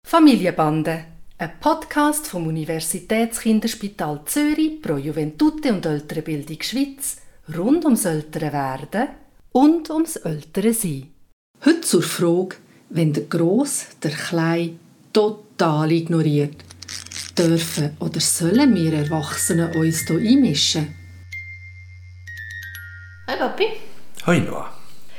Familienbande, ein Podcast vom Universitätskinderspital Zürich pro Juventute und ältere Bildung Schweiz rund ums ältere Werden und ums ältere Sein. Heute zur Frage, wenn der Grosse der Kleine total ignoriert. Dürfen oder sollen wir Erwachsenen uns hier einmischen? Hi Papi. Hoi Noah.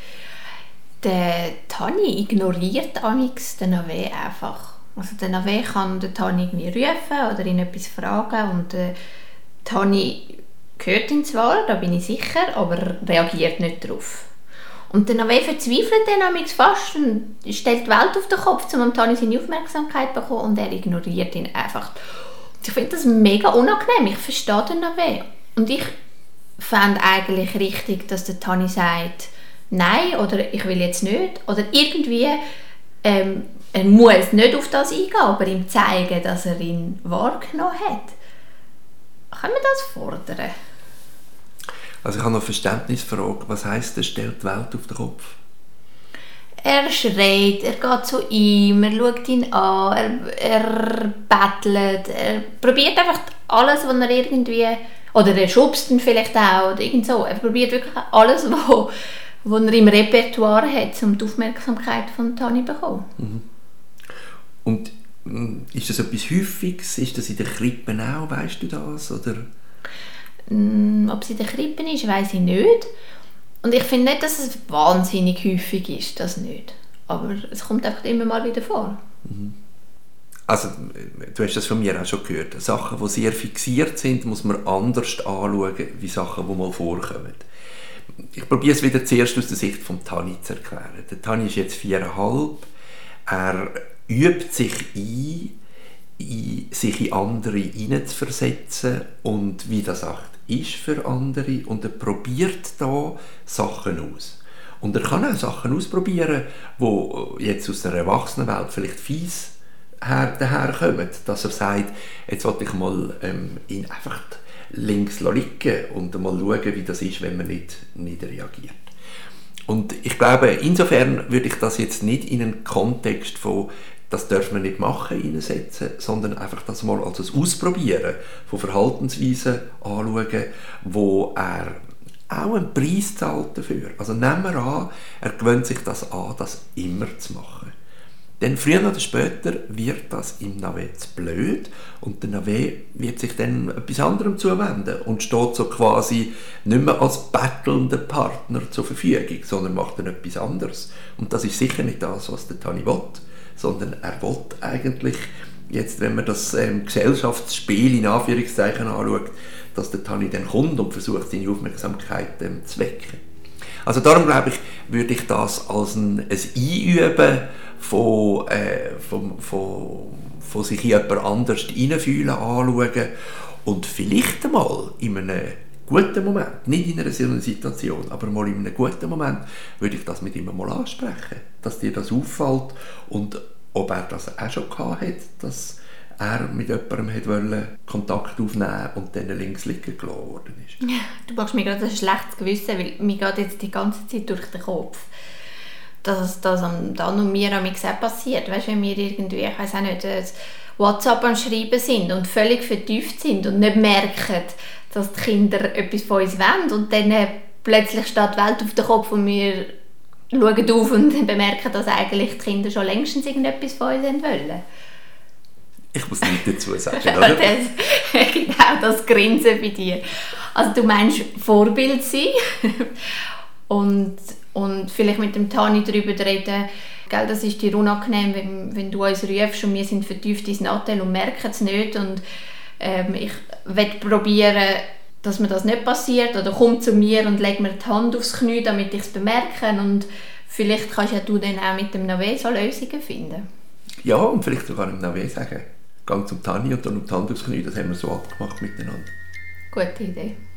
Der Tani ignoriert amigs den Nave einfach. Also der Nave kann den Tani irgendwie rufen oder ihn etwas fragen und der Tani hört ihn zwar, da bin ich sicher, aber reagiert nicht darauf. Und der Nave verzweifelt dann amigs fast und stellt die Welt auf den Kopf, um dem Tani seine Aufmerksamkeit zu bekommen, und er ignoriert ihn einfach. Ich finde das mega unangenehm, ich verstehe den Nave. Und ich fände eigentlich richtig, dass der Tani sagt, nein, oder ich will jetzt nicht, oder irgendwie er muss nicht auf das eingehen, aber ihm zeigen, dass er ihn wahrgenommen hat. Können wir das fordern? Also ich habe noch Verständnisfrage. Was heisst, er stellt die Welt auf den Kopf? Er schreit, er geht zu ihm, er schaut ihn an, er bettelt, er probiert einfach alles, was er irgendwie, oder er schubst ihn vielleicht auch, oder irgend so. Er probiert wirklich alles, was er im Repertoire hat, um die Aufmerksamkeit von Tani zu bekommen. Mhm. Und ist das etwas Häufiges? Ist das in den Krippen auch? Weißt du das? Oder? Ob es in den Krippen ist, weiss ich nicht. Und ich finde nicht, dass es wahnsinnig häufig ist, das nicht. Aber es kommt einfach immer mal wieder vor. Mhm. Also, du hast das von mir auch schon gehört. Sachen, die sehr fixiert sind, muss man anders anschauen, wie Sachen, die mal vorkommen. Ich probiere es wieder zuerst aus der Sicht von Tani zu erklären. Der Tani ist jetzt 4,5. Er übt sich ein, sich in andere hineinzuversetzen und wie das auch ist für andere, und er probiert da Sachen aus. Und er kann auch Sachen ausprobieren, die jetzt aus der Erwachsenenwelt vielleicht fies daherkommen, dass er sagt, jetzt wollte ich mal ihn einfach links liegen und mal schauen, wie das ist, wenn man nicht reagiert. Und ich glaube, insofern würde ich das jetzt nicht in einen Kontext von «das dürfen wir nicht machen» hineinsetzen, sondern einfach das mal als ein Ausprobieren von Verhaltensweisen anschauen, wo er auch einen Preis zahlt dafür. Also nehmen wir an, er gewöhnt sich das an, das immer zu machen. Denn früher oder später wird das im Nave zu blöd und der Nave wird sich dann etwas anderem zuwenden und steht so quasi nicht mehr als bettelnder Partner zur Verfügung, sondern macht dann etwas anderes. Und das ist sicher nicht das, was der Tani will, sondern er will eigentlich, jetzt wenn man das Gesellschaftsspiel in Anführungszeichen anschaut, dass der Tani dann kommt und versucht, seine Aufmerksamkeit zu wecken. Also darum glaube ich, würde ich das als ein Einüben von sich in jemand anders hineinfühlen, anschauen und vielleicht einmal in einem guten Moment, nicht in einer Situation, aber mal in einem guten Moment, würde ich das mit ihm mal ansprechen, dass dir das auffällt und ob er das auch schon gehabt hat, dass er mit jemandem wollte Kontakt aufnehmen und dann links liegen gelassen worden ist. Ja, du machst mir gerade ein schlechtes Gewissen, weil mir geht jetzt die ganze Zeit durch den Kopf, dass das dann und mir auch passiert. Weißt du, wenn wir irgendwie, ich weiss auch nicht, WhatsApp am Schreiben sind und völlig vertieft sind und nicht merken, dass die Kinder etwas von uns wollen und dann plötzlich steht die Welt auf den Kopf und wir schauen auf und bemerken, dass eigentlich die Kinder schon längstens irgendetwas von uns wollen. Ich muss nichts dazu sagen, oder? Genau, das Grinsen bei dir. Also du meinst Vorbild sein und vielleicht mit dem Tani darüber reden, gell, das ist dir unangenehm, wenn du uns rufst und wir sind vertieft ins Nattel und merken es nicht und ich will probieren, dass mir das nicht passiert, oder komm zu mir und leg mir die Hand aufs Knie, damit ich es bemerke, und vielleicht kannst ja du dann auch mit dem Nave so Lösungen finden. Ja, und vielleicht sogar dem Nave sagen, geh zum Tani und dann um die Hand aufs Knie, das haben wir so abgemacht miteinander. Gute Idee.